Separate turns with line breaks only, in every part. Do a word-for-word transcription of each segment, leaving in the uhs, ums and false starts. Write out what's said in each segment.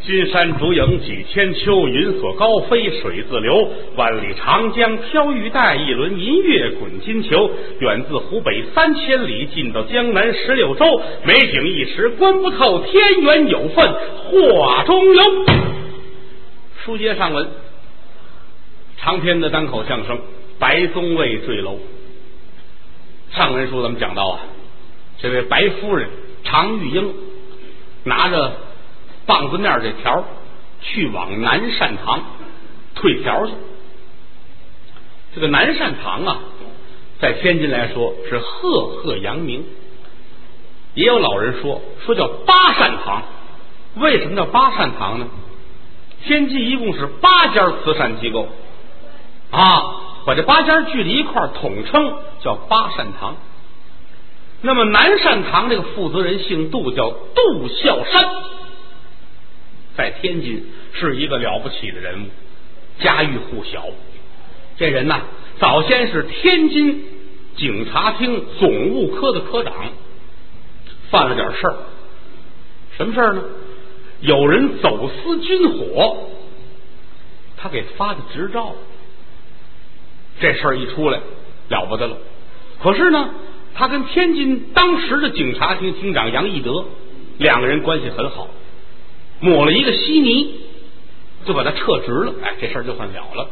金山竹影几千秋，云锁高飞水自流。万里长江飘玉带，一轮银月滚金球。远自湖北三千里，近到江南十六州。美景一时观不透，天缘有份画中有。书接上文，长篇的单口相声《白宗卫坠楼》。上文书咱们讲到啊，这位白夫人常玉英拿着棒子面这条去往南善堂退条去。这个南善堂啊，在天津来说是赫赫扬名，也有老人说说叫八善堂。为什么叫八善堂呢？天津一共是八家慈善机构啊，把这八家聚在一块统称叫八善堂。那么南善堂这个负责人姓杜，叫杜孝山，在天津是一个了不起的人物，家喻户晓。这人呢，早先是天津警察厅总务科的科长，犯了点事儿。什么事儿呢？有人走私军火，他给发的执照。这事儿一出来了不得了。可是呢，他跟天津当时的警察厅厅长杨义德两个人关系很好，抹了一个稀泥就把他撤职了。哎，这事儿就算了了。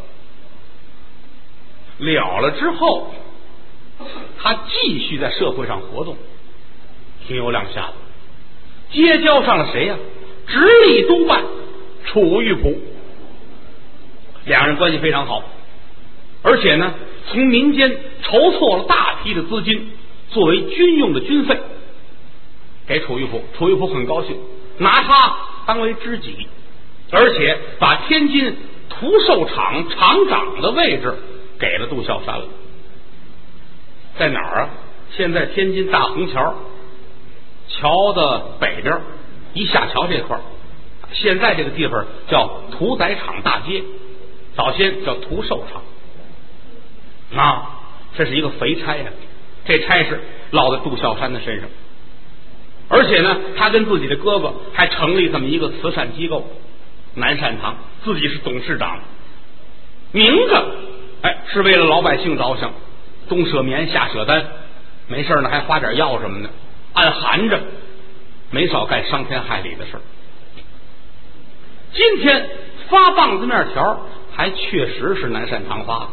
了了之后，他继续在社会上活动，挺有两下子，结交上了谁呀、啊？直隶督办楚玉璞，两人关系非常好，而且呢，从民间筹措了大批的资金，作为军用的军费给楚玉璞。楚玉璞很高兴，拿他当为知己，而且把天津屠兽场厂长的位置给了杜孝山了。在哪儿啊？现在天津大虹桥桥的北边，一下桥这块，现在这个地方叫屠宰场大街，早先叫屠兽场啊。这是一个肥差呀、啊，这差事落在杜孝山的身上。而且呢，他跟自己的哥哥还成立这么一个慈善机构南善堂，自己是董事长，名字哎是为了老百姓着想，东舍棉下舍单，没事呢还发点药什么的，暗含着没少干伤天害理的事儿。今天发棒子面条还确实是南善堂发的。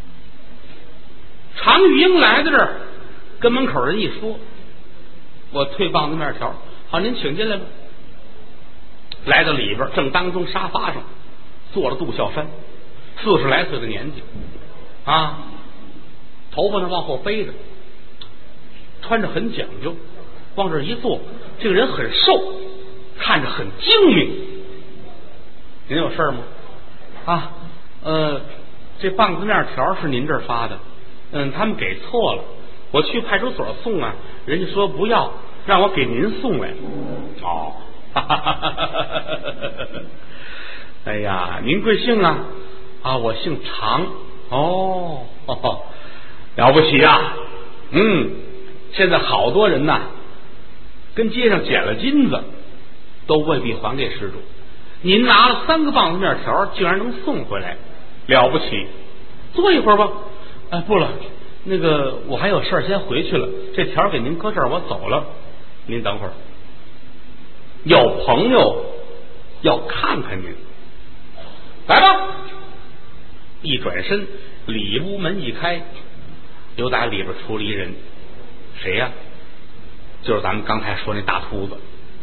常玉英来到这儿，跟门口人一说，我退棒子面条，好，您请进来吧。来到里边，正当中沙发上坐了杜孝山，四十来岁的年纪啊，头发呢往后背着，穿着很讲究，往这一坐，这个人很瘦，看着很精明。您有事吗？啊，呃，这棒子面条是您这儿发的，嗯，他们给错了，我去派出所送啊，人家说不要，让我给您送来。哦，哈哈哈哈哈哈！哎呀，您贵姓啊？啊，我姓常。哦，呵呵，了不起啊！嗯，现在好多人呐，跟街上捡了金子，都未必还给施主。您拿了三个棒子面条，竟然能送回来，了不起！坐一会儿吧。哎，不了，那个我还有事儿，先回去了。这条给您搁这儿，我走了。您等会儿，有朋友要看看您，来吧。一转身，里屋门一开，由打里边出了一人，谁呀、啊？就是咱们刚才说那大秃子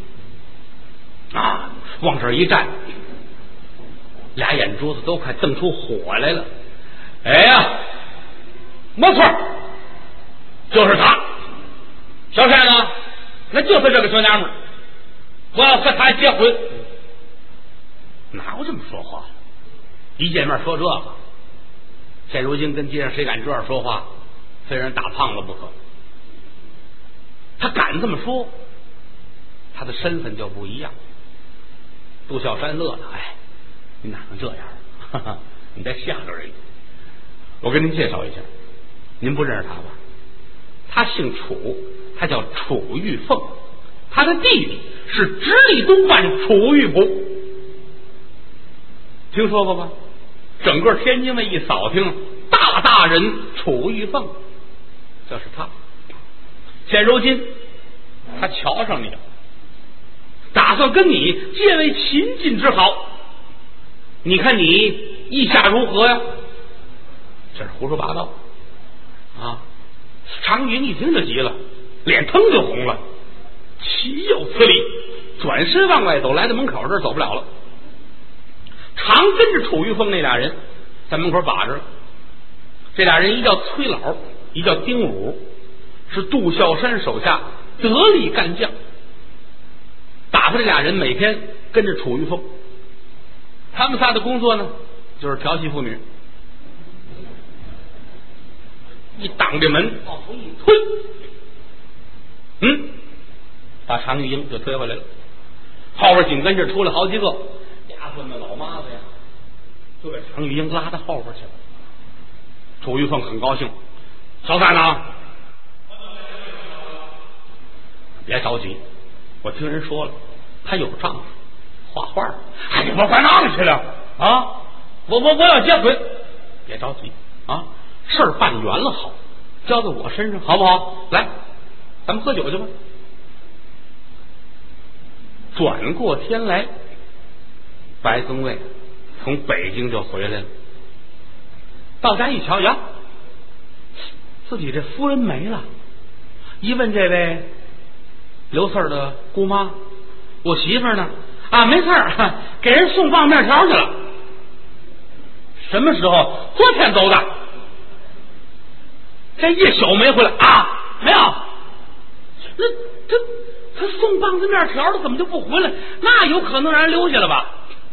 啊，往这儿一站，俩眼珠子都快瞪出火来了。哎呀，没错，就是他，小山啊，那就是这个小娘们儿，我要和他结婚。哪有这么说话？一见面说这个，现如今跟街上谁敢这样说话，非让人打胖了不可。他敢这么说，他的身份就不一样。杜孝山乐了，哎，你哪能这样？哈哈，你在吓着人。我跟您介绍一下，您不认识他吧？他姓楚，他叫楚玉凤，他的弟弟是直隶督办楚玉璞。 听说过吧？整个天津卫一扫听，大大人楚玉凤，这是他。现如今他瞧上你了，打算跟你结为秦晋之好，你看你意下如何呀？这是胡说八道啊！常云一听就急了，脸腾就红了，岂有此理！转身往外走，来到门口这儿走不了了。常跟着楚玉凤那俩人在门口把着了。这俩人一叫崔老，一叫丁武，是杜孝山手下得力干将。打发这俩人每天跟着楚玉凤，他们仨的工作呢，就是调戏妇女。一挡着门往后一推，嗯，把常玉英就推回来了。后边紧跟着出来好几个丫鬟的老妈子呀，就把常玉英拉到后边去了。楚玉凤很高兴，小三呢？别着急，我听人说了，她有丈夫，画画。哎，我管哪里去了啊？我我我要结婚，别着急啊。事儿办圆了好，交到我身上好不好？来，咱们喝酒去吧。转过天来，白宗卫从北京就回来了。到家一瞧呀，自己这夫人没了。一问这位刘四儿的姑妈，我媳妇儿呢？啊，没事儿，给人送棒面条去了。什么时候？昨天走的。这一宿没回来啊？没有。那这他送棒子面条的怎么就不回来？那有可能让人留下了吧？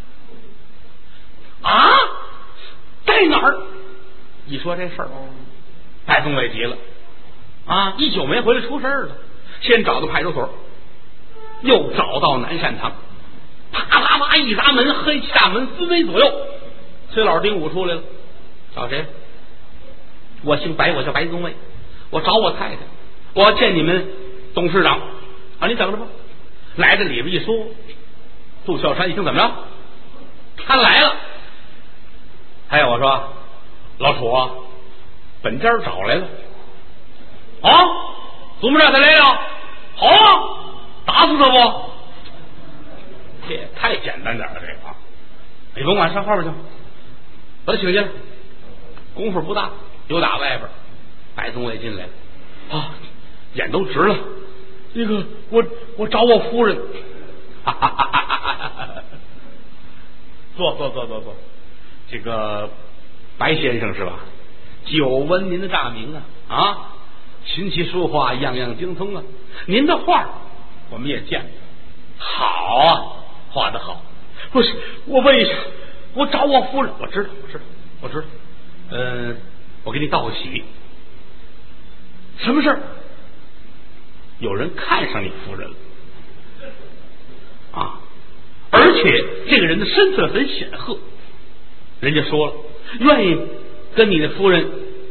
啊，在哪儿？一说这事儿，白宗伟急了啊！一宿没回来，出事儿了。先找到派出所，又找到南善堂，啪啪啪一砸门，黑漆大门分为左右。崔老丁武出来了，找谁？我姓白，我叫白宗卫，我找我太太，我要见你们董事长啊！你等着吧。来到里边一说，杜孝山一听怎么着？他来了。哎，我说老楚啊，本家找来了啊！祖母让他来了，好啊，打死他不？这也太简单点了，这个啊！你甭管，上后边去，把他请进来。功夫不大。又打外边，白宗卫进来了啊，眼都直了。那个，我我找我夫人，哈哈哈哈哈哈！坐坐坐坐坐，这个白先生是吧？久闻您的大名啊啊，琴棋书画样样精通啊。您的画我们也见过，好啊，画得好。不是，我问一下，我找我夫人，我知道，我知道，我知道，嗯、呃。我给你道个喜，什么事儿？有人看上你夫人了啊！而且这个人的身份很显赫，人家说了，愿意跟你的夫人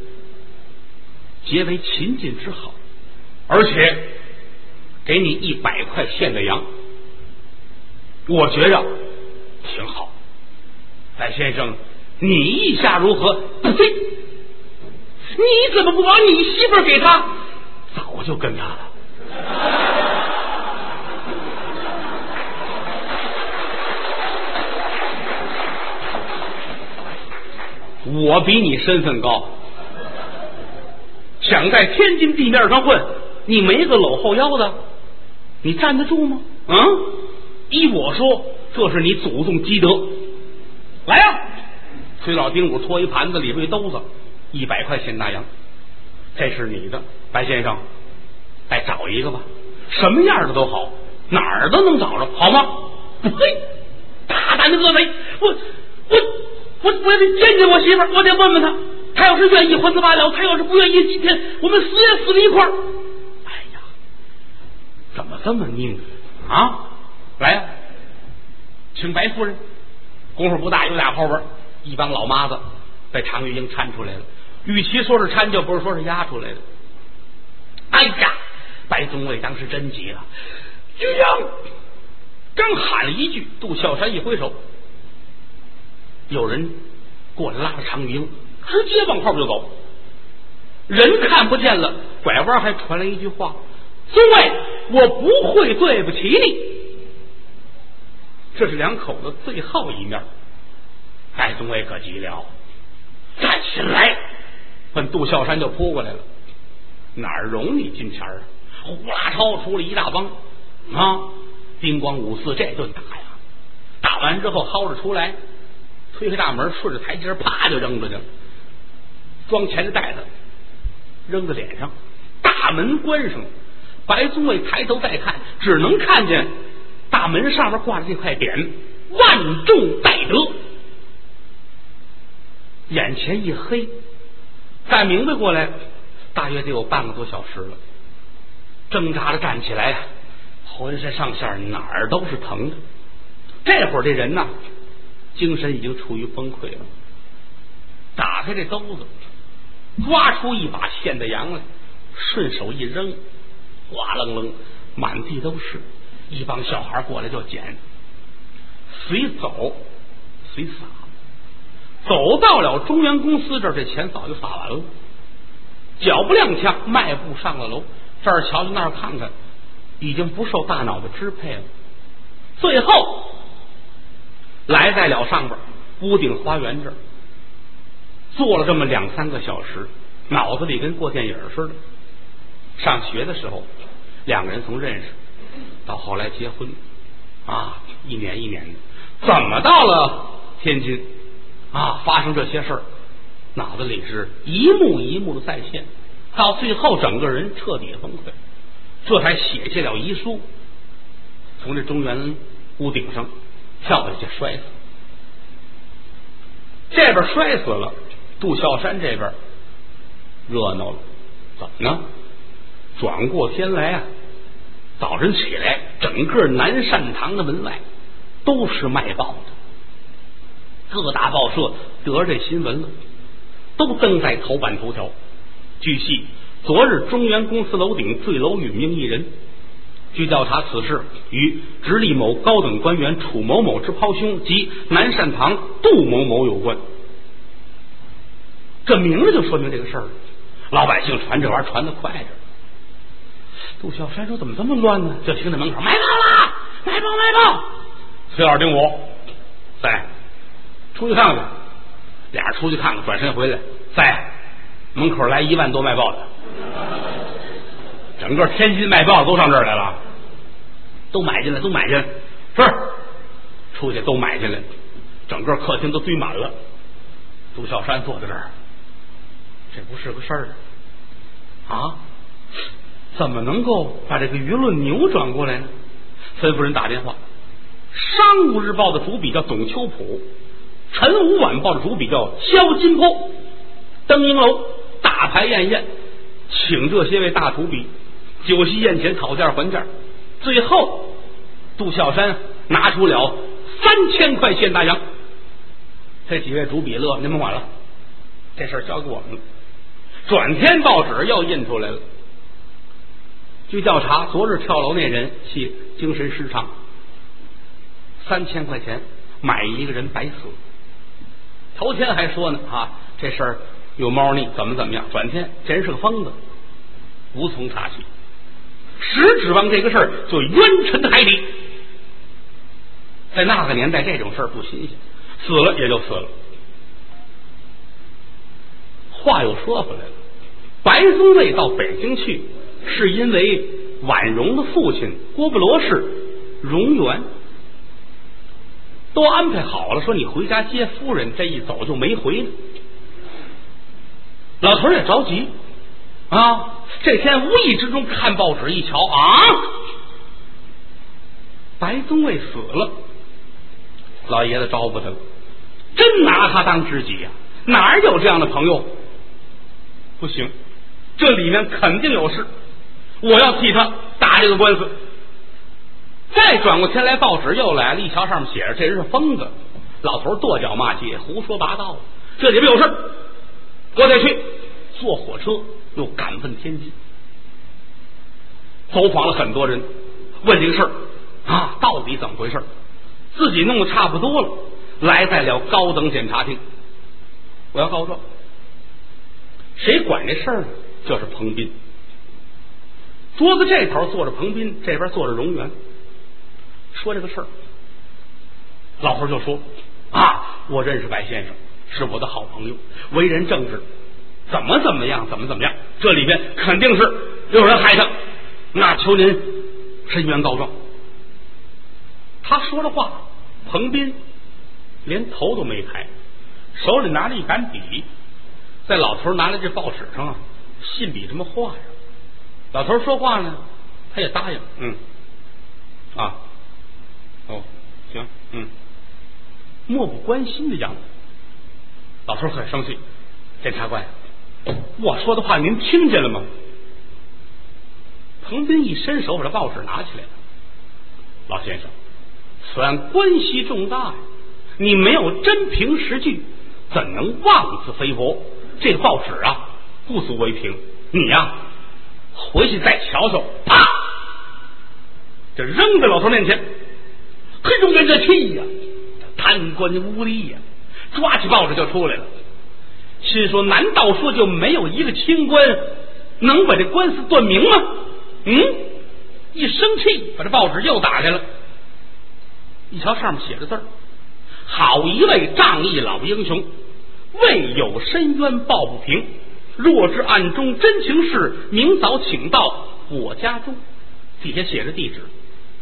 结为秦晋之好，而且给你一百块现的羊，我觉着挺好。白先生，你意下如何？不对。你怎么不把你媳妇儿给他？早就跟他了。我比你身份高，想在天津地面上混，你没个搂后腰的，你站得住吗？嗯，依我说，这是你祖宗积德。来呀、啊！崔老丁武拖一盘子，里边一兜子。一百块钱大洋，这是你的，白先生，再找一个吧，什么样的都好，哪儿都能找着，好吗？不对，大胆的恶贼，我我我我得见见我媳妇儿，我得问问她，她要是愿意还则罢了，她要是不愿意，今天我们死也死在一块儿。哎呀，怎么这么拧啊？来呀、啊，请白夫人。功夫不大，有俩后边一帮老妈子被常玉英搀出来了。与其说是搀，就不是说是押出来的。哎呀，白宗卫当时真急了，玉英刚喊了一句，杜孝山一挥手， 有人过来拉着长缨，直接往后就走。人看不见了，拐弯还传来一句话：“尊位，我不会对不起你。”这是两口子最后一面。白宗伟可急了，站起来，奔杜孝山就扑过来了。哪儿容你近前啊？呼啦超出了一大帮啊！叮咣五四这顿打呀，打完之后薅着出来，推开大门，顺着台阶啪就扔出去了，装钱的袋子扔在脸上，大门关上。白宗伟抬头再看，只能看见大门上面挂着这块匾：万众待得。眼前一黑，再明白过来，大约得有半个多小时了。挣扎着站起来，浑身上下哪儿都是疼的。这会儿这人呢，精神已经处于崩溃了。打开这兜子，抓出一把现的羊来，顺手一扔，哗楞楞，满地都是。一帮小孩过来就捡，随走随撒。走到了中原公司这儿，这钱早就撒完了。脚不踉跄，迈步上了楼，这儿瞧瞧那儿看看，已经不受大脑的支配了。最后来在了上边屋顶花园这儿，坐了这么两三个小时，脑子里跟过电影似的。上学的时候，两个人从认识到后来结婚啊，一年一年的，怎么到了天津啊，发生这些事儿，脑子里是一幕一幕的再现，到最后整个人彻底崩溃，这才写下了遗书，从这中原屋顶上跳下去摔死。这边摔死了，杜孝山这边热闹了，怎么呢？转过天来啊，早晨起来，整个南善堂的门外都是卖报的。各大报社得这新闻了，都登在头版头条。据悉，昨日中原公司楼顶坠楼殒命一人。据调查，此事与直隶某高等官员楚某某之胞兄及南善堂杜某某有关。这明着就说明这个事儿，老百姓传这玩意儿传得快着。杜孝山说：“怎么这么乱呢？”就听在门口卖报啦，卖报卖报。崔二丁五在。出去看看，俩人出去看看，转身回来，在门口来一万多卖报的，整个天津卖报都上这儿来了，都买进来，都买进来，是出去都买进来，整个客厅都堆满了。杜孝山坐在这儿，这不是个事儿啊！怎么能够把这个舆论扭转过来呢？吩咐人打电话，商务日报的主笔叫董秋普。晨武晚报的主笔叫肖金波，登瀛楼大排宴宴，请这些位大主笔酒席宴前讨价还价，最后杜孝山拿出了三千块现大洋。这几位主笔乐，您甭管了，这事儿交给我们了。转天报纸又印出来了。据调查，昨日跳楼那人系精神失常，三千块钱买一个人白死。头天还说呢啊，这事儿有猫腻，怎么怎么样。转天这人是个疯子，无从查起，实指望这个事儿就冤沉海底。在那个年代，这种事儿不新鲜，死了也就死了。话又说回来了，白宗卫到北京去，是因为婉容的父亲郭布罗氏荣元都安排好了，说你回家接夫人，这一走就没回来。老头也着急啊！这天无意之中看报纸一瞧啊，白宗卫死了，老爷子招呼他了，真拿他当知己呀、啊？哪有这样的朋友？不行，这里面肯定有事，我要替他打这个官司。再转过天来，报纸又来了，一瞧上面写着这人是疯子。老头跺脚骂街，胡说八道，这里边有事，我得去。坐火车又赶奔天津，走访了很多人，问这个事儿啊，到底怎么回事？自己弄得差不多了， 来在了高等检察厅，我要告状。谁管这事儿呢？就是彭斌。桌子这头坐着彭斌，这边坐着荣元，说这个事儿。老头就说啊，我认识白先生，是我的好朋友，为人正直，怎么怎么样，怎么怎么样，这里边肯定是有人害他，那求您申冤告状。他说的话，彭斌连头都没抬，手里拿着一杆笔，在老头拿来这报纸上啊，信笔这么画呀。老头说话呢，他也答应，嗯，啊，哦，行，嗯，漠不关心的样子。老头很生气，检察官，我说的话您听见了吗？彭斌一伸手把这报纸拿起来了，老先生，此案关系重大呀，你没有真凭实据，怎能妄自菲薄？这个报纸啊，不足为凭，你呀、啊。回去再瞧瞧，啪！这扔在老头面前，嘿，中人这气呀，贪官污吏呀，抓起报纸就出来了。心说：难道说就没有一个清官能把这官司断明吗？嗯，一生气，把这报纸又打开了，一瞧上面写着字儿：好一位仗义老英雄，未有深冤报不平。若知案中真情事，明早请到我家中。底下写着地址。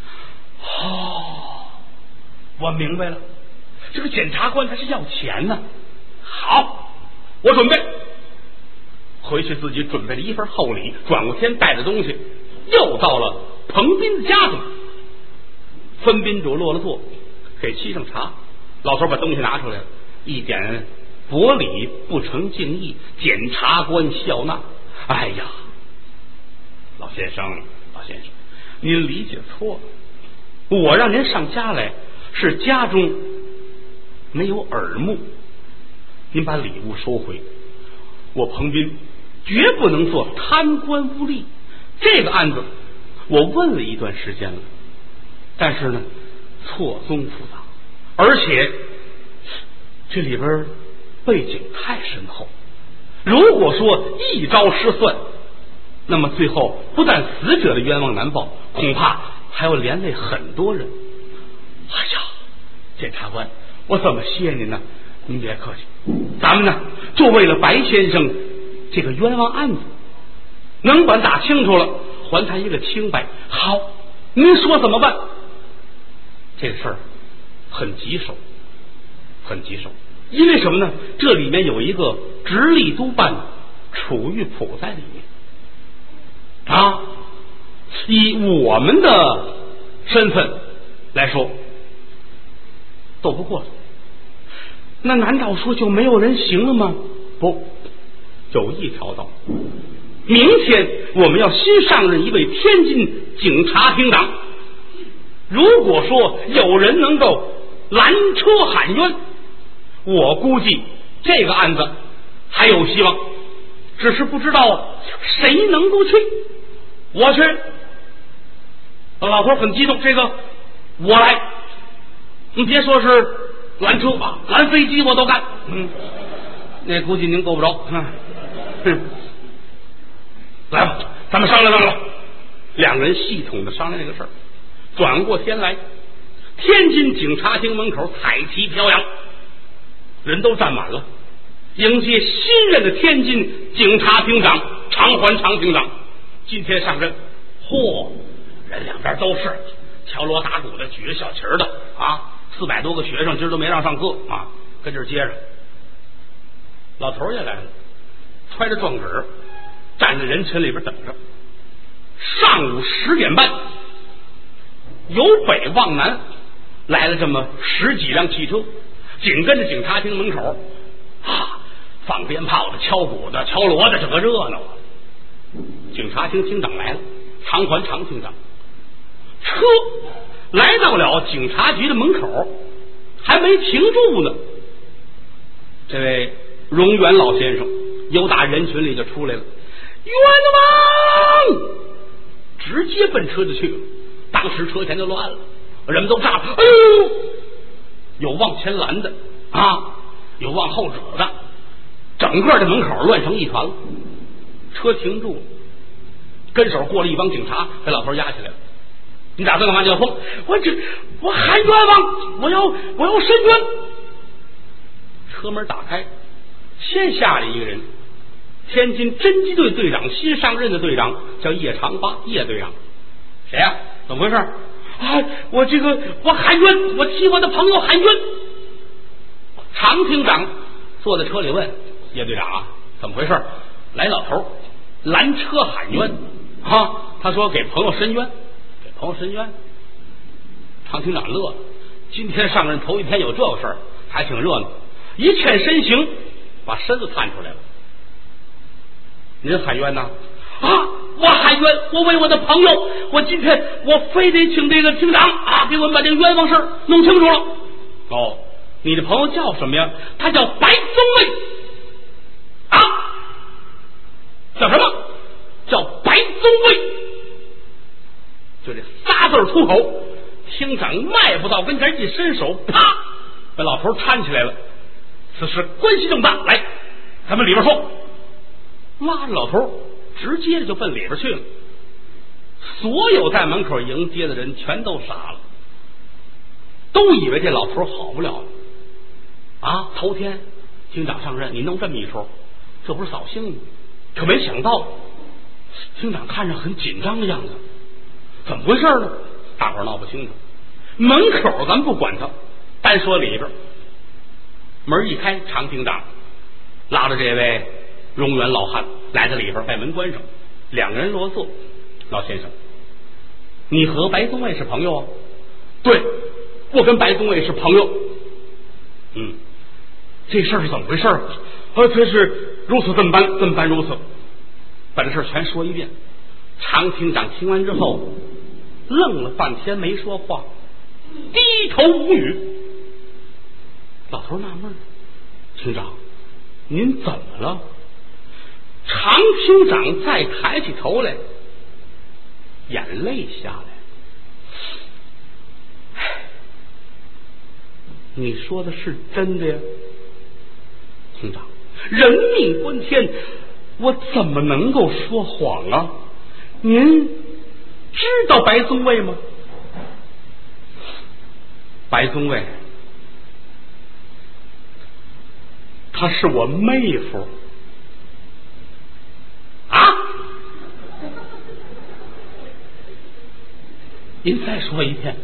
哦，我明白了，这个检察官他是要钱呢。好，我准备回去自己准备了一份厚礼，转过天带着东西，又到了彭斌的家中。分宾主落了座，给沏上茶。老头把东西拿出来了，一点薄礼不成敬意，检察官笑纳。哎呀，老先生，老先生，您理解错了。我让您上家来，是家中没有耳目，您把礼物收回。我彭斌绝不能做贪官污吏。这个案子我问了一段时间了，但是呢，错综复杂，而且这里边背景太深厚，如果说一招失算，那么最后不但死者的冤枉难报，恐怕还要连累很多人。哎呀，检察官，我怎么谢您呢？您别客气，咱们呢就为了白先生这个冤枉案子，能把打清楚了，还他一个清白。好，您说怎么办？这个事儿很棘手，很棘手。因为什么呢？这里面有一个直隶督办楚玉璞在里面啊。以我们的身份来说，斗不过了。那难道说就没有人行了吗？不，有一条道。明天我们要新上任一位天津警察厅长，如果说有人能够拦车喊冤，我估计这个案子还有希望，只是不知道谁能够去。我去。老头很激动，这个我来。你别说是拦车吧，拦飞机我都干。嗯，那估计您够不着。嗯，来吧，咱们商量商量。两个人系统的商量这个事儿。转过天来，天津警察厅门口彩旗飘扬，人都站满了，迎接新任的天津警察厅长常环常厅长。今天上任，嚯，人两边都是敲锣打鼓的，举着小旗的啊，四百多个学生今儿都没让上课啊，跟这儿接着。老头也来了，揣着状纸，站在人群里边等着。上午十点半，由北往南来了这么十几辆汽车，紧跟着警察厅门口啊，放鞭炮的、敲鼓的、敲锣的，这个热闹啊！警察厅厅长来了，常环常厅长。车来到了警察局的门口，还没停住呢，这位荣元老先生由打人群里就出来了，冤枉！直接奔车就去了。当时车前就乱了，人们都炸了。哎呦，
有往前拦的啊，有往后指的，整个这门口乱成一团了。车停住了，跟手过了一帮警察，把老头押起来了。你打算干嘛？你要疯？我这我喊冤枉，我要我要申冤。车门打开，先下来一个人，天津侦缉队队长，新上任的队长叫叶长发，叶队长。谁呀、啊？怎么回事？啊，我这个我喊冤，我替我的朋友喊冤。常厅长坐在车里问叶队长啊，怎么回事？来老头拦车喊冤啊！他说给朋友申冤，给朋友申冤。常厅长乐了，今天上任头一天有这个事儿，还挺热闹。一欠身形，把身子探出来了。您喊冤呐？啊，我喊冤，我为我的朋友，我今天我非得请这个厅长啊，给我们把这个冤枉事弄清楚了。哦，你的朋友叫什么呀？他叫白宗卫。啊，叫什么？叫白宗卫。就这仨字出口，厅长迈步到跟前，一伸手，啪，把老头搀起来了。此事关系重大，来，咱们里边说。拉着老头直接就奔里边去了。所有在门口迎接的人全都傻了，都以为这老头好不了了啊！头天厅长上任，你弄这么一出，这不是扫兴吗？可没想到厅长看着很紧张的样子，怎么回事呢？大伙闹不清楚。门口咱不管他，单说里边。门一开，常厅长拉着这位荣源老汉来到里边，把门关上，两个人落座。老先生，你和白宗卫是朋友啊？对，我跟白宗卫是朋友。嗯，这事儿是怎么回事啊？呃，这是如此这么般，这么般如此，把这事儿全说一遍。常厅长听完之后，愣了半天没说话，低头无语。老头纳闷，厅长，您怎么了？常厅长再抬起头来，眼泪下来。你说的是真的呀？厅长，人命关天，我怎么能够说谎啊？您知道白宗卫吗？白宗卫，她是我妹夫。啊！您再说一遍。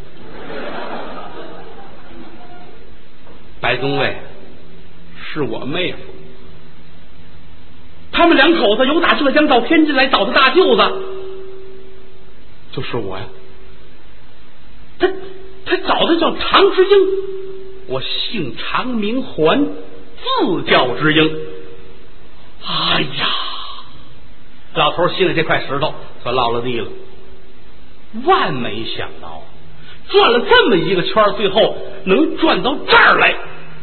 白宗卫是我妹夫，他们两口子由打浙江到天津来找他大舅子，就是我呀。他他找的叫常之英，我姓常名环，自叫之英。哎呀，老头心里这块石头算落了地了。万没想到转了这么一个圈，最后能转到这儿来。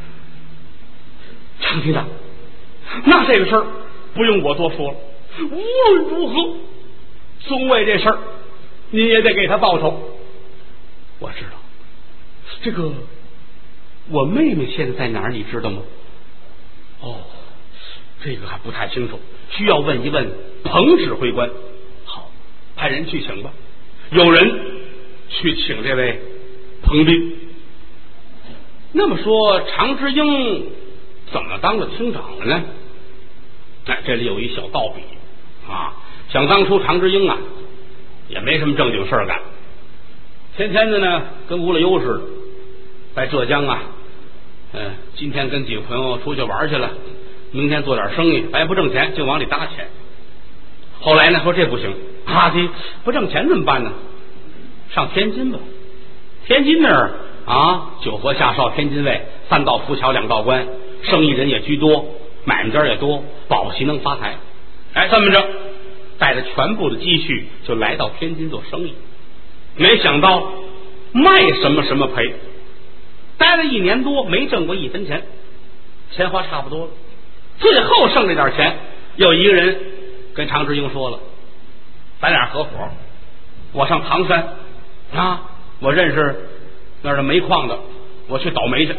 常厅长，那这个事儿不用我多说了，无论如何宗卫这事儿您也得给他报仇。我知道这个，我妹妹现在在哪儿你知道吗？哦，这个还不太清楚，需要问一问彭指挥官。好，派人去请吧。有人去请这位彭斌。那么说常之英怎么当了厅长了呢？哎，这里有一小道比啊。想当初常之英啊也没什么正经事儿干，天天的呢跟无了忧似的，在浙江啊嗯、呃，今天跟几个朋友出去玩去了，明天做点生意，白不挣钱就往里搭钱。后来呢说这不行啊，这不挣钱怎么办呢？上天津吧。天津那儿啊，九河下哨天津卫，三道浮桥两道关，生意人也居多，买卖家也多，保齐能发财。哎，这么着带着全部的积蓄就来到天津做生意。没想到卖什么什么赔，待了一年多没挣过一分钱，钱花差不多了，最后剩这点钱，有一个人跟常之英说了，咱俩合伙，我上唐山啊，我认识那儿的煤矿的， 我去倒霉去。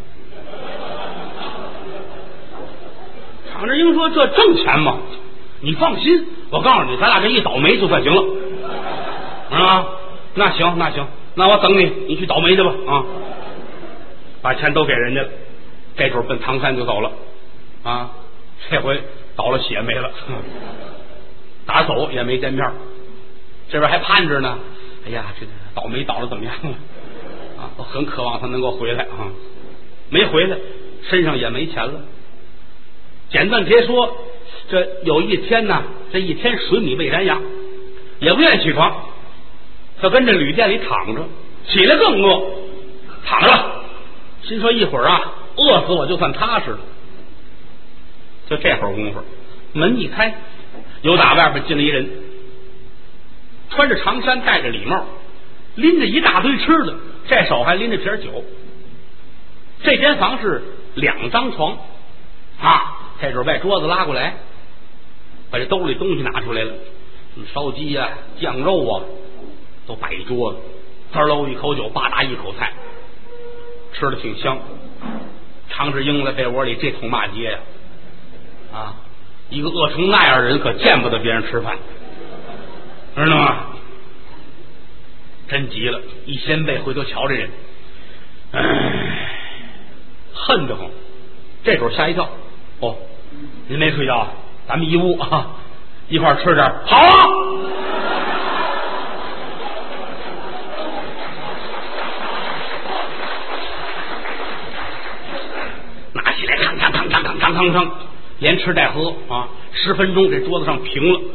常志英说：“这挣钱吗？你放心，我告诉你，咱俩这一倒霉就算行了啊。那行，那行，那我等你，你去倒霉去吧啊！把钱都给人家了，这会儿奔唐山就走了啊。这回倒了血没了，打走也没见面，这边还盼着呢。哎呀，这倒霉倒的怎么样了啊？我很渴望他能够回来啊，没回来，身上也没钱了。简短截说，这有一天呢，这一天水米未燃牙，也不愿意起床，他跟这旅店里躺着，起来更饿，躺着，心说一会儿啊，饿死我就算踏实了。就这会儿功夫，门一开，有打外边进来一人，穿着长衫，戴着礼帽，拎着一大堆吃的，这手还拎着瓶酒。这间房是两张床啊。这准把桌子拉过来，把这兜里东西拿出来了，什么烧鸡啊、酱肉啊，都摆一桌子，滋喽一口酒，吧嗒一口菜，吃的挺香。常志英在被窝里这通骂街呀、啊，啊，一个饿成那样的人可见不得别人吃饭，知道吗？真急了，一掀被回头瞧这人，唉，恨得慌。这会儿吓一跳，哦，您没睡觉，咱们一屋啊，一块儿吃点，好啊！拿起来，吭吭吭吭吭吭吭吭，连吃带喝啊，十分钟这桌子上平了。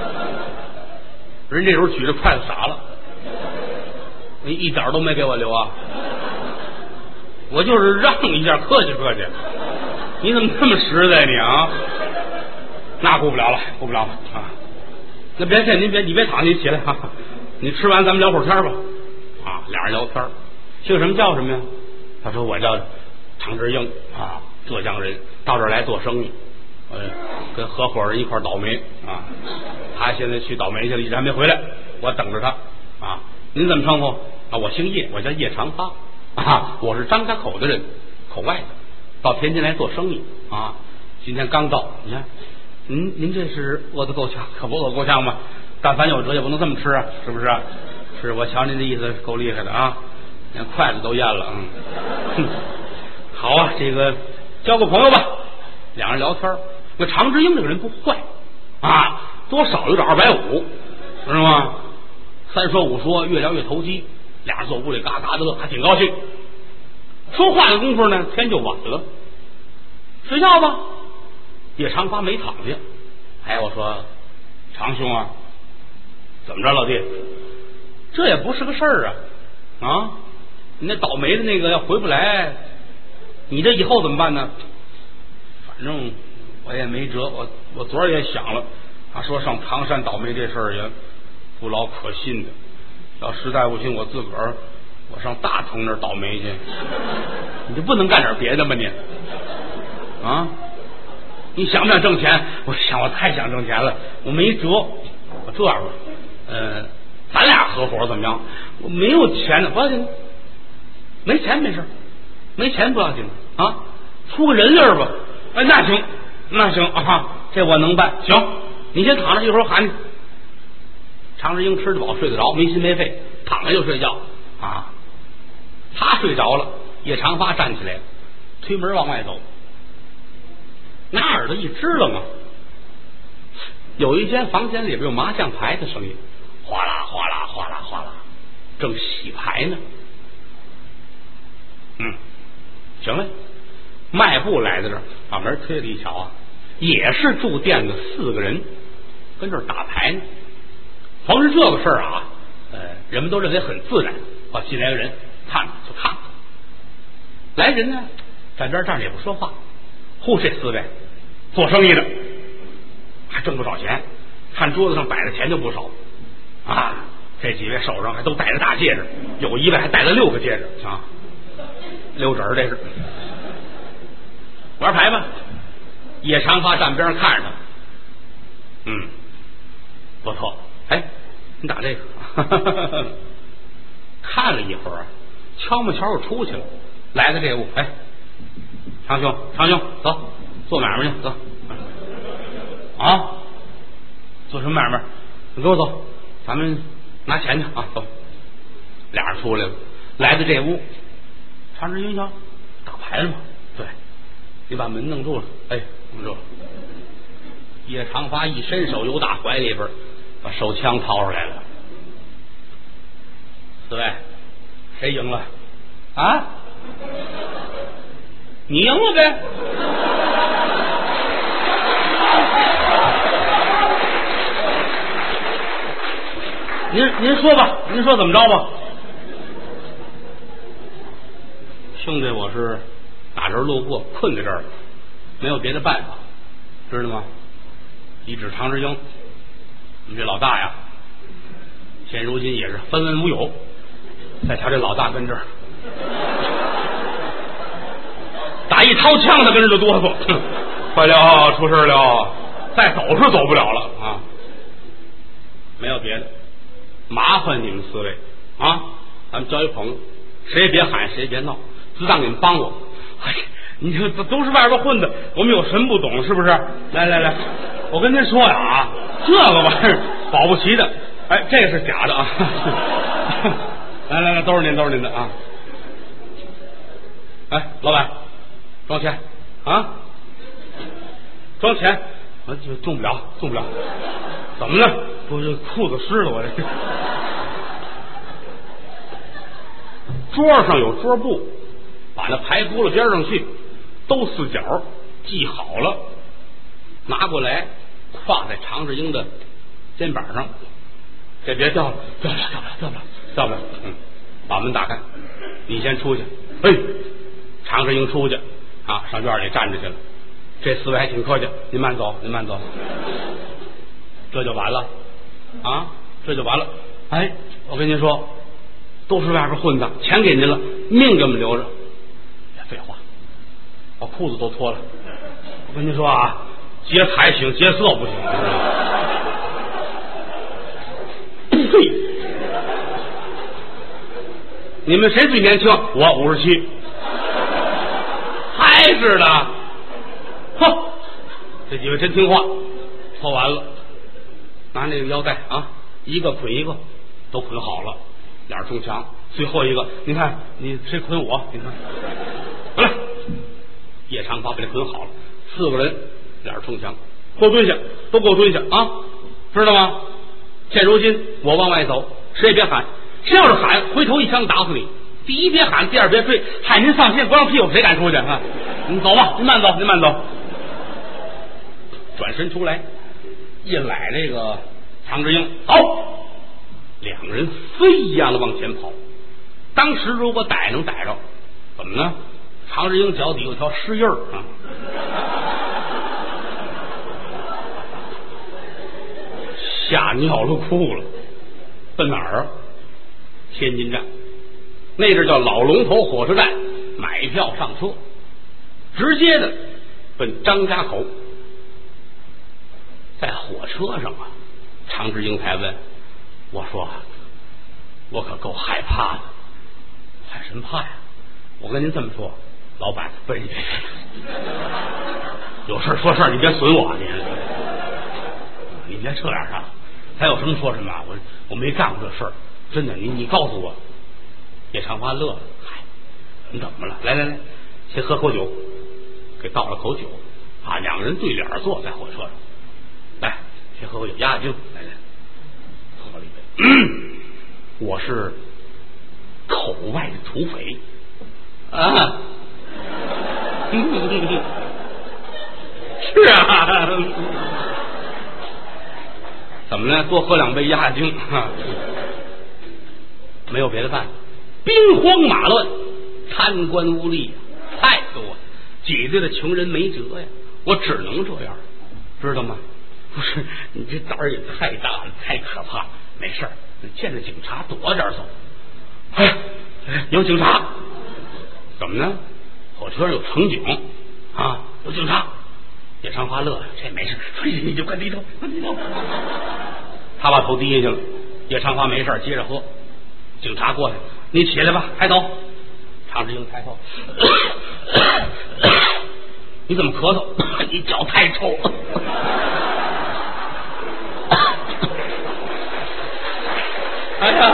人这时候举着筷子傻了，你一点都没给我留啊！我就是让一下，客气客气。你怎么这么实在你啊？那顾不了了，顾不了了啊！那别这，您别你别躺，你起来啊！你吃完咱们聊会儿天吧。啊，俩人聊天，姓什么叫什么呀？他说我叫常志英啊，浙江人，到这儿来做生意，呃，跟合伙人一块倒霉啊。他现在去倒霉去了，一直还没回来，我等着他啊。您怎么称呼啊？我姓叶，我叫叶长发啊，我是张家口的人，口外的。到天津来做生意啊，今天刚到。你看，您您这是饿得够呛，可不饿够呛吗？但凡有辙也不能这么吃啊，是不是？是我瞧您这意思够厉害的啊，连筷子都咽了。嗯，好啊，这个交个朋友吧。两人聊天，那常志英这个人不坏啊，多少有点二百五，知道吗？三说五说，越聊越投机，俩人坐屋里嘎嘎的乐，还挺高兴。说话的功夫呢，天就晚了，睡觉吧。叶长发没躺下，哎，我说常兄啊，怎么着，老弟？这也不是个事儿啊！啊，你那倒霉的那个要回不来，你这以后怎么办呢？反正我也没辙，我我昨儿也想了，他说上唐山倒霉这事儿也不老可信的，要实在不行，我自个儿。我上大同那儿倒霉去，你就不能干点别的吗你？啊，你想不想挣钱？我想，我太想挣钱了，我没辙。我这样吧，呃，咱俩合伙怎么样？我没有钱呢，不要紧，没钱没事，没钱不要紧啊，出个人力吧。哎，那行，那行啊，这我能办。行，你先躺着，一会儿喊你。常志英吃得饱，睡得着，没心没肺，躺下就睡觉啊。他睡着了，叶长发站起来，推门往外走，那耳朵一支棱啊，有一间房间里边有麻将牌的声音，哗啦哗啦哗啦哗啦，正洗牌呢。嗯，行了，迈步来到这儿，把门推了一瞧啊，也是住店的四个人，跟这儿打牌呢。逢是这个事儿啊，呃，人们都认为很自然，啊，进来个人。看就看，来人呢，站边站着也不说话。呼，这四位做生意的，还挣不少钱，看桌子上摆的钱就不少啊。这几位手上还都戴着大戒指，有一位还戴了六个戒指啊，六指这是。玩牌吧，叶长发站边上看着他，嗯，不错。哎，你打这个，看了一会儿。悄没悄就出去了， 来到这屋，哎，长兄，长兄，走，做买卖去，走。啊，做什么买卖？你跟我走，咱们拿钱去啊！走，俩人出来了，来到这屋，常志英瞧，打牌了吗？对，你把门弄住了，哎，弄住了。叶长发一伸手由打怀里边把手枪掏出来了。四位，谁赢了？啊？你赢了呗？您您说吧，您说怎么着吧？兄弟，我是打这儿路过，困在这儿了，没有别的办法，知道吗？一指常志英，你这老大呀，现如今也是分文无有。再瞧这老大跟这儿，打一掏枪，他跟着就哆嗦，快了，出事了，再走是走不了了啊！没有别的。麻烦你们四位啊，咱们交一朋友，谁也别喊，谁也别闹，自当你们帮我。哎，你这都是外边混的，我们有什么不懂？是不是？来来来，我跟您说呀啊，这个玩意儿保不齐的，哎，这个是假的啊。来来来，都是您，都是您的啊。哎，老板，装钱啊，装钱，啊，就中不了，中不了。怎么了？我这裤子湿了，我这。桌上有桌布，把那牌轱辘边上去，都四角系好了，拿过来挎在常志英的肩膀上，这别掉了，掉不了，掉不了，掉不了，掉不了。嗯，把门打开，你先出去。哎，常志英出去啊，上院里站着去了。这四位还挺客气，您慢走，您慢走。这就完了啊，这就完了。哎，我跟您说，都是外边混的，钱给您了，命给我们留着。别废话，把裤子都脱了。我跟您说啊，劫财行，劫色不行。呸！你们谁最年轻？我五十七，还是的。哼，这几位真听话，脱完了。拿那个腰带啊，一个捆一个，都捆好了，俩人冲墙。最后一个，你看你谁捆我？你看，过来，叶长发把这捆好了，四个人，俩人冲墙，给我蹲下，都给我蹲下啊，知道吗？现如今我往外走，谁也别喊，谁要是喊，回头一枪打死你。第一别喊，第二别睡，喊您放心，不让屁股谁敢出去啊？你走吧，您慢走，您慢走。转身出来。一揽那个常志英，走，两个人飞一样的往前跑。当时如果逮能逮着，怎么呢？常志英脚底有条湿印儿啊，吓尿了裤了。奔哪儿啊？天津站，那阵叫老龙头火车站，买票上车，直接的奔张家口。在火车上啊，常志英才问我说：“我可够害怕的。”害什么怕呀？我跟您这么说，老板，不是你别有事说事，你别损我，你你别这样啊！还有什么说什么，我我没干过这事儿，真的，你你告诉我。叶长发乐了，嗨，你怎么了？来来来，先喝口酒，给倒了口酒啊，两个人对脸坐在火车上。来，先喝口酒，压压惊。来来，喝了一杯。嗯，我是口外的土匪啊。是啊。怎么呢？多喝两杯压压惊。没有别的办法，兵荒马乱，贪官污吏太多了，挤兑的穷人没辙呀。我只能这样，知道吗？不是，你这胆儿也太大了，太可怕了。没事儿，你见着警察躲点走。哎，有警察？怎么呢？火车上有乘警啊，有警察。叶长发乐了，这没事，你就快低头，快低头。他把头低下去了。叶长发没事，接着喝。警察过来，你起来吧，抬头。 常志英抬头，你怎么咳嗽？你脚太臭。哎呀，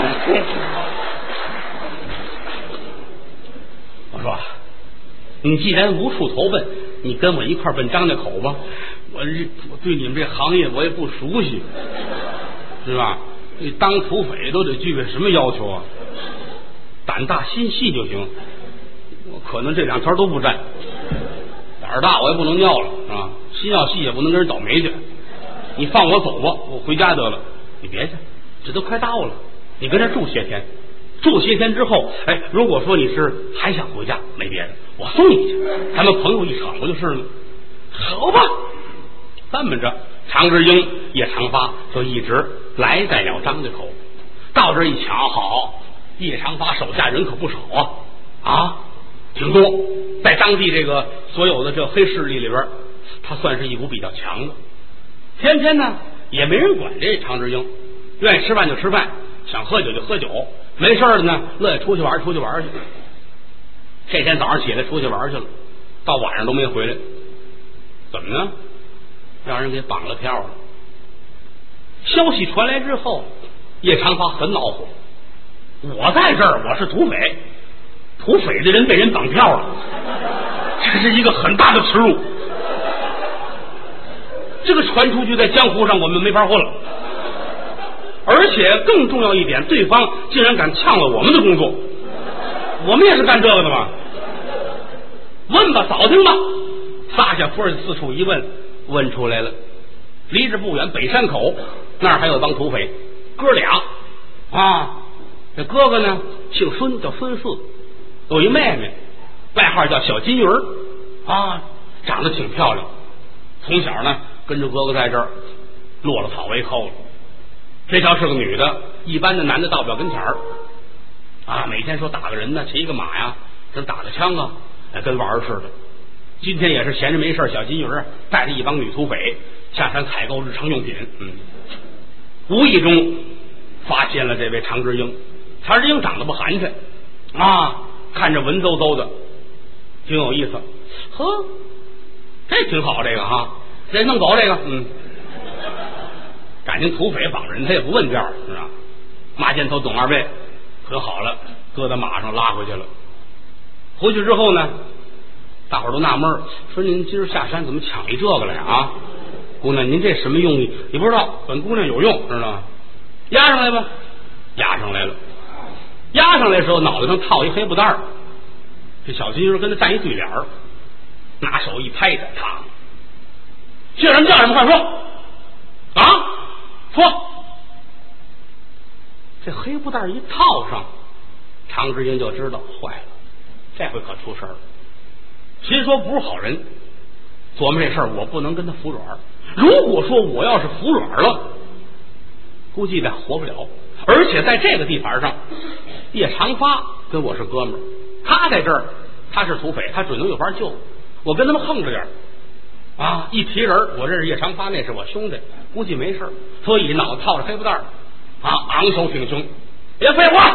我说，你既然无处投奔，你跟我一块奔张家口吧。我这我对你们这行业我也不熟悉，是吧？你当土匪都得具备什么要求啊？胆大心细就行。我可能这两条都不占，胆儿大我也不能尿了，是吧？心要细也不能跟人倒霉去。你放我走吧，我回家得了。你别去，这都快到了，你跟这住些天。住些天之后，哎，如果说你是还想回家，没别的，我送你去，咱们朋友一场不就是了吗？好吧，这么着，常志英、叶长发就一直来在了张家口。到这一瞧，好，叶长发手下人可不少啊，啊，挺多。在当地这个所有的这黑势力里边，他算是一股比较强的。天天呢也没人管这常志英，愿意吃饭就吃饭，想喝酒就喝酒，没事的呢乐意出去玩出去玩去。这天早上起来出去玩去了，到晚上都没回来，怎么呢？让人给绑了票了。消息传来之后，叶长发很恼火。我在这儿，我是土匪，土匪的人被人绑票了，这是一个很大的耻辱。这个传出去，在江湖上我们没法混了。而且更重要一点，对方竟然敢抢了我们的工作，我们也是干这个的嘛。问吧，扫听吧。撒下夫人四处一问，问出来了，离着不远北山口那儿还有帮土匪，哥俩啊。这哥哥呢姓孙，叫孙四，有一妹妹，外号叫小金鱼儿啊，长得挺漂亮。从小呢跟着哥哥在这儿落了草为寇了。这条是个女的，一般的男的到不了跟前儿啊，每天说打个人呢，骑一个马呀，这打个枪啊，跟玩儿似的。今天也是闲着没事，小金鱼儿带着一帮女土匪下山采购日常用品，嗯，无意中发现了这位常志英。常志英长得不寒碜啊，看着文绉绉的，挺有意思。呵，这挺好，这个哈，这弄走这个，嗯，感情土匪绑人他也不问价，是吧？马箭头总二倍，可好了，搁在马上拉回去了。回去之后呢，大伙儿都纳闷，说您今儿下山怎么抢一这个来啊？姑娘，您这什么用意？你不知道，本姑娘有用，知道吗？押上来吧，押上来了。押上来的时候，脑袋上套一黑布袋儿。这小金鱼跟他站一对脸儿，拿手一拍他，嘡！姓什么叫什么？快说啊！说。这黑布袋一套上，常志英就知道坏了，这回可出事儿了。心说不是好人，琢磨这事儿我不能跟他服软。如果说我要是服软了，估计呢活不了。而且在这个地盘上，叶长发跟我是哥们儿，他在这儿他是土匪，他准能有法救。我跟他们横着点啊，一提人我认识叶长发，那是我兄弟，估计没事。所以脑袋套着黑布袋啊，昂首挺胸，别废话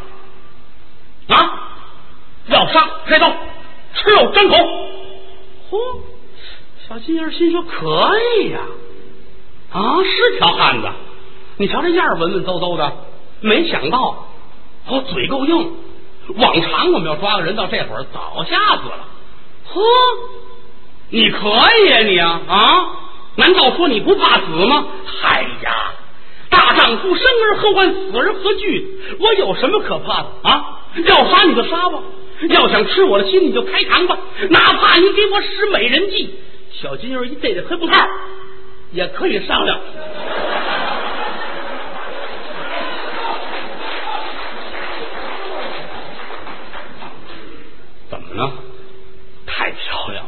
啊！要杀开刀，吃肉张口。嚯，小金儿心说可以呀、啊，啊，是条汉子。你瞧这样文文绉绉的，没想到哦，嘴够硬。往常我们要抓个人到这会儿早吓死了。呵，你可以呀、啊、你啊啊！难道说你不怕死吗？嗨呀，大丈夫生而何患，死而何惧？我有什么可怕的啊？要杀你就杀吧，要想吃我的心你就开膛吧，哪怕你给我使美人计。小金鱼一对着黑布套也可以商量。怎么呢？太漂亮了，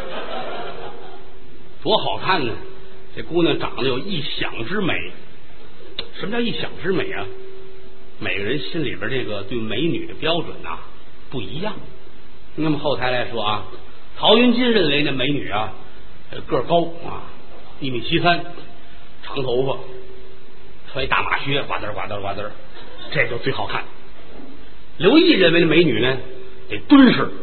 多好看呢！这姑娘长得有异想之美。什么叫异想之美啊？每个人心里边这个对美女的标准啊不一样。那么后台来说啊，曹云金认为那美女啊个儿高啊，一米七三，长头发，穿一大马靴，呱嘚呱嘚呱嘚，这就最好看。刘毅认为那美女呢得蹲式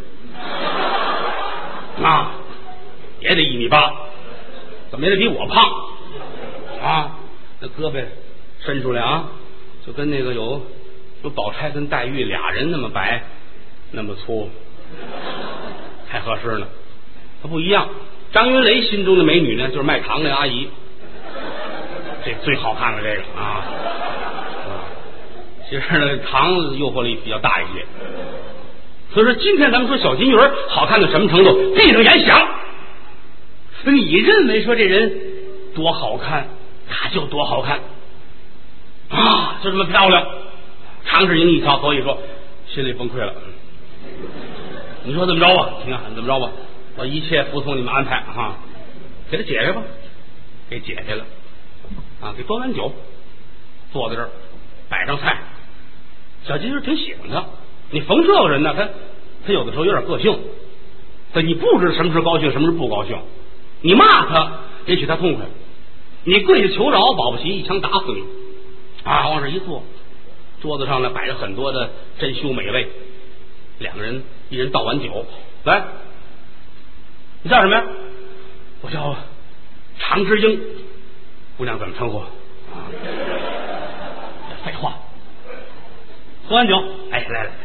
啊，也得一米八，怎么也得比我胖啊，那胳膊伸出来啊，就跟那个有有宝钗跟黛玉俩人那么白那么粗才合适呢。他不一样，张云雷心中的美女呢就是卖糖的阿姨，这最好看了这个啊。其实呢糖诱惑力比较大一些，所以说今天咱们说小金鱼儿好看到什么程度，闭上眼想，你认为说这人多好看，他就多好看啊，就这么漂亮。常志英一瞧可以说心里崩溃了，你说怎么着吧，你看怎么着吧，我一切服从你们安排哈，给他解开吧，给解开了啊，给端碗酒，坐在这儿摆上菜。小金鱼挺喜欢他，你逢这个人呢，他他有的时候有点个性，但你不知道什么时高兴什么时不高兴，你骂他也许他痛快，你跪下求饶保不齐一枪打死你啊！往这一坐，桌子上呢摆着很多的珍馐美味，两个人一人倒碗酒，来，你叫什么呀？我叫常之英，姑娘怎么称呼？啊，废话，喝完酒，哎，来来，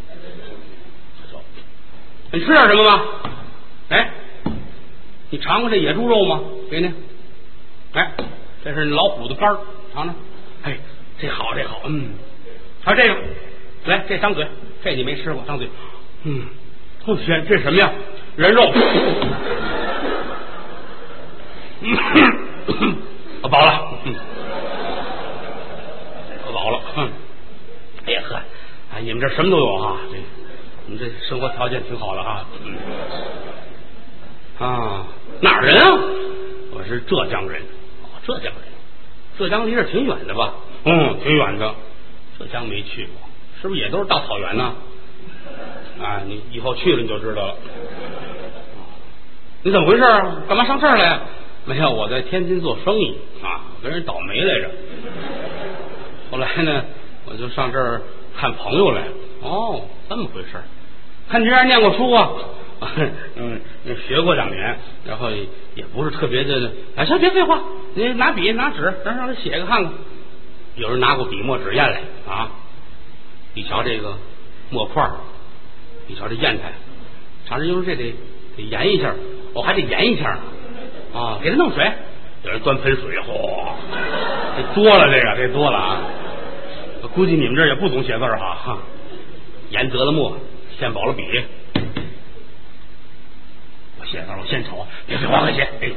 你吃点什么吗？哎，你尝尝这野猪肉吗？给你，哎，这是老虎的肝儿，尝尝。哎，这好，这好，嗯，还有这个，来，这张嘴，这你没吃过，张嘴，嗯，我天，这什么呀？人肉，我饱了，嗯，我饱了，嗯，哎呀呵，哎，你们这什么都有哈，这你们这生活条件挺好的哈，嗯，啊，哪儿人啊？我是浙江人，哦，浙江人，浙江离这挺远的吧？嗯，挺远的，浙江没去过，是不是也都是大草原呢？啊，你以后去了你就知道了。你怎么回事啊？干嘛上这儿来？没有，我在天津做生意啊，跟人倒霉来着。后来呢，我就上这儿看朋友来了。哦，这么回事。看你这样念过书啊？嗯，学过两年，然后也不是特别的。哎，行，别废话，你拿笔拿纸，让让他写个看看。有人拿过笔墨纸砚来啊，一瞧这个墨块，一瞧这砚台，常人就说这得得研一下，我、哦、还得研一下啊，给他弄水，有人端盆水，嚯，这多了，这个这多了啊！我估计你们这也不懂写字儿哈，哈，研得了墨，献饱了笔，我写字我献丑，别废话，快写！哎，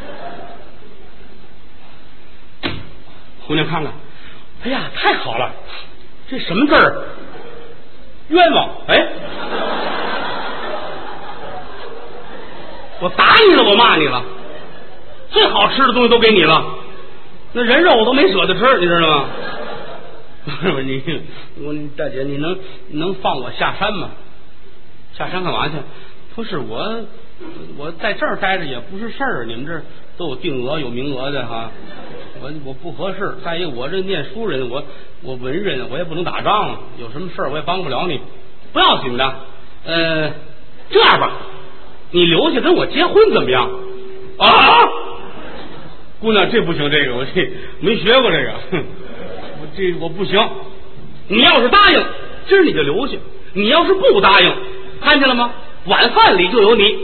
姑娘看看，哎呀，太好了，这什么字儿？冤枉！哎，我打你了，我骂你了，最好吃的东西都给你了，那人肉我都没舍得吃，你知道吗？你我大姐，你能你能放我下山吗？下山干嘛去？不是我，我在这儿待着也不是事儿，你们这儿都有定额有名额的哈，我我不合适。再一个，我这念书人，我我文人，我也不能打仗，有什么事儿我也帮不了你。不要紧的，呃，这样吧，你留下跟我结婚怎么样？啊，姑娘，这不行，这个我这没学过这个，我这我不行。你要是答应，今儿你就留下；你要是不答应，看见了吗？晚饭里就有你。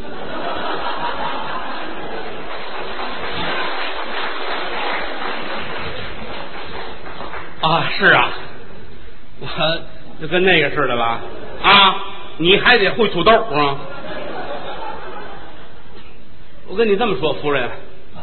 啊，是啊，我就跟那个似的吧。啊，你还得会土豆是吗？我跟你这么说，夫人，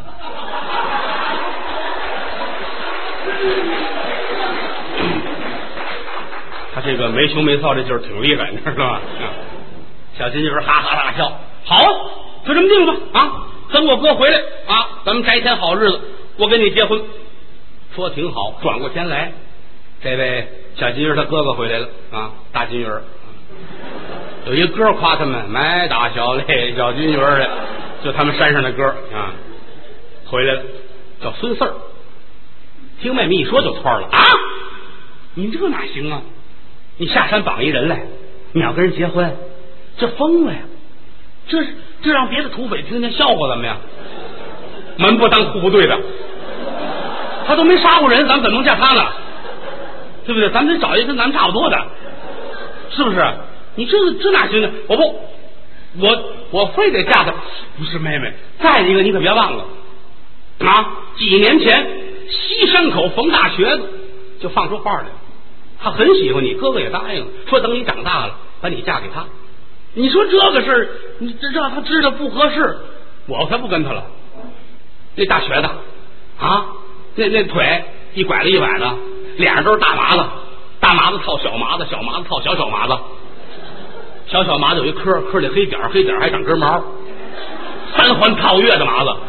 他这个没羞没臊这劲儿挺厉害，你知道吗？小金鱼哈哈大笑，好，就这么定吧啊！等我哥回来啊，咱们摘天好日子，我跟你结婚。说挺好，转过天来，这位小金鱼他哥哥回来了啊，大金鱼有一歌夸他们买大小嘞小金鱼的，就他们山上的歌啊，回来了，叫孙四儿。听妹妹一说就窜了啊！你这哪行啊？你下山绑一人来你要跟人结婚，这疯了呀！这这让别的土匪听见笑话咱们呀！门不当户不对的，他都没杀过人，咱们怎么能嫁他呢？对不对？咱们得找一个跟咱们差不多的，是不是？你这这哪行呢？我不，我我非得嫁他。不是妹妹，再一个你可别忘了啊！几年前西山口冯大瘸子就放出话来了，他很喜欢你，哥哥也答应了，说等你长大了把你嫁给他。你说这个事儿，你这让他知道不合适，我才不跟他了。那大瘸子啊，那那腿一拐了一崴的，脸上都是大麻子，大麻子套小麻子，小麻子套小小麻子，小小麻子有一颗，颗里黑点黑点还长根毛，三环套月的麻子。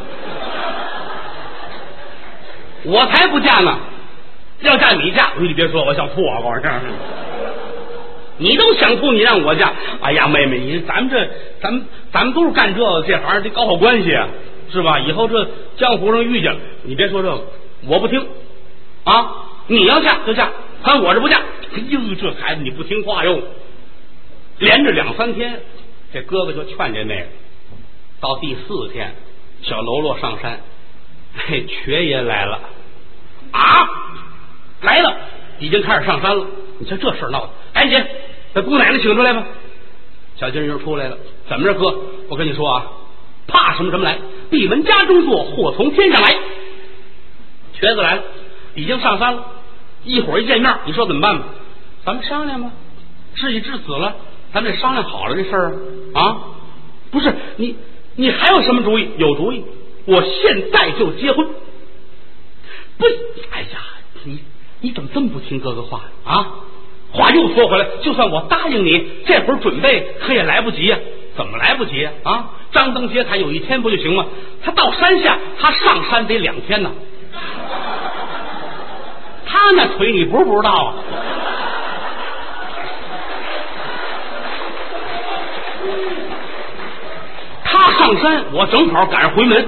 我才不嫁呢，要嫁你嫁，你别说我想吐啊！我告诉你，你都想吐，你让我嫁？哎呀，妹妹，你咱们这咱们咱们都是干这个这行，得搞好关系啊，是吧？以后这江湖上遇见，你别说这个，我不听啊！你要嫁就嫁，看我这不嫁。哎呦，这孩子你不听话哟！连着两三天，这哥哥就劝这妹妹。到第四天，小喽啰上山，嘿，瘸爷来了啊！来了，已经开始上山了。你瞧这事儿闹的，赶紧把姑奶奶请出来吧。小金人出来了，怎么着哥？我跟你说啊，怕什么什么来？闭门家中坐，祸从天上来。瘸子来了，已经上山了。一会儿一见面，你说怎么办吧？咱们商量吧。事已至此了，咱们得商量好了这事儿啊！不是你，你还有什么主意？有主意，我现在就结婚。不，哎呀，你你怎么这么不听哥哥话啊？话又说回来，就算我答应你，这会儿准备可也来不及呀、啊。怎么来不及呀、啊？啊，张灯结彩有一天不就行吗？他到山下，他上山得两天呢。他那腿你不是不知道啊。他上山，我正好赶上回门。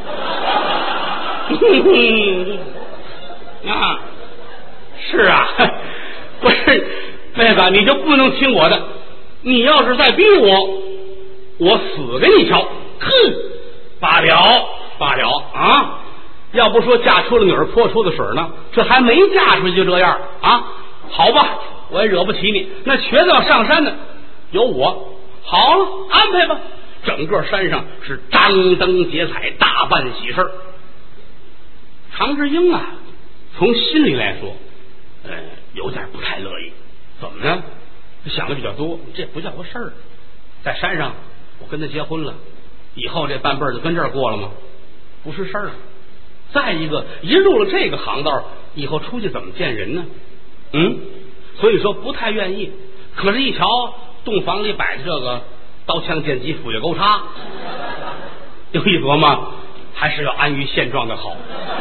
啊，是啊，不是那个，你就不能听我的。你要是再逼我，我死给你瞧。哼，罢了罢了啊！要不说嫁出了女儿泼出的水呢，这还没嫁出去就这样啊？好吧，我也惹不起你。那瘸子要上山呢，有我，好了，安排吧。整个山上是张灯结彩，大办喜事。常志英啊，从心里来说，呃，有点不太乐意。怎么呢？想的比较多，这不叫个事儿。在山上，我跟他结婚了，以后这半辈子跟这儿过了吗？不是事儿。再一个，一入了这个行当，以后出去怎么见人呢？嗯，所以说不太愿意。可是，一瞧洞房里摆着这个刀枪剑戟斧钺钩叉，有一琢磨，还是要安于现状的好。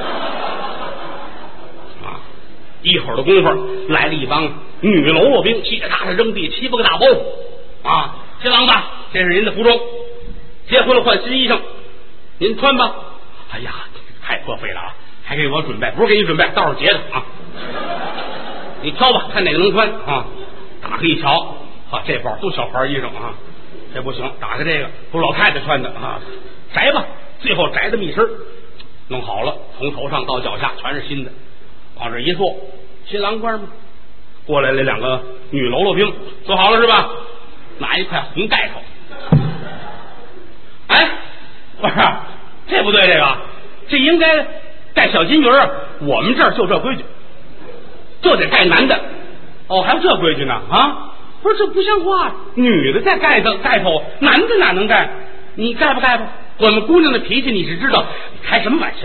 啊，一会儿的功夫，来了一帮女喽啰兵，嘁哩咔嚓扔地七八个大包袱啊！新郎子，这是您的服装，结婚了换新衣裳，您穿吧。哎呀，太破费了啊！还给我准备，不是给你准备，倒是结的啊！你挑吧，看哪个能穿啊！打开一瞧，啊，这包都小孩衣裳啊，这不行，打开这个都是老太太穿的啊，摘吧，最后摘这么一身，弄好了，从头上到脚下全是新的，往这一坐，新郎官嘛，过来了两个女喽啰兵，坐好了是吧？拿一块红盖头，哎，不是，这不对，这个这应该盖小金鱼儿，我们这儿就这规矩，就得盖男的。哦，还有这规矩呢啊？不是，这不像话，女的再盖的盖头，男的哪能盖？你盖不盖吧？我们姑娘的脾气你是知道，开什么玩笑？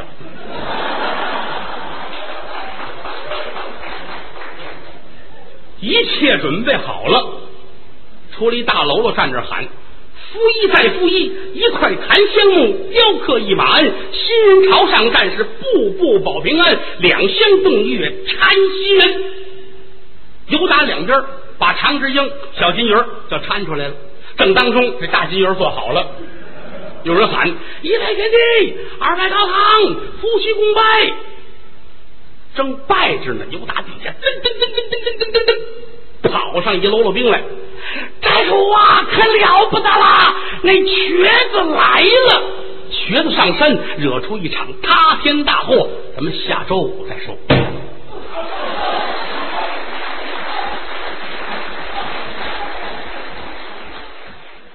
一切准备好了，出了一大喽啰站这喊：夫一再夫一，一块檀香木，雕刻一马鞍，新人朝上战士，步步保平安，两相动月搀新人。由打两边把常志英、小金鱼就搀出来了。正当中，这大金鱼做好了，有人喊：一拜天地，二拜高堂，夫妻共拜。正拜着呢，由打底下噔噔噔噔噔噔噔噔噔， 跑上一喽啰兵来。寨主啊，可了不得啦！那瘸子来了，瘸子上山，惹出一场塌天大祸。咱们下周再说。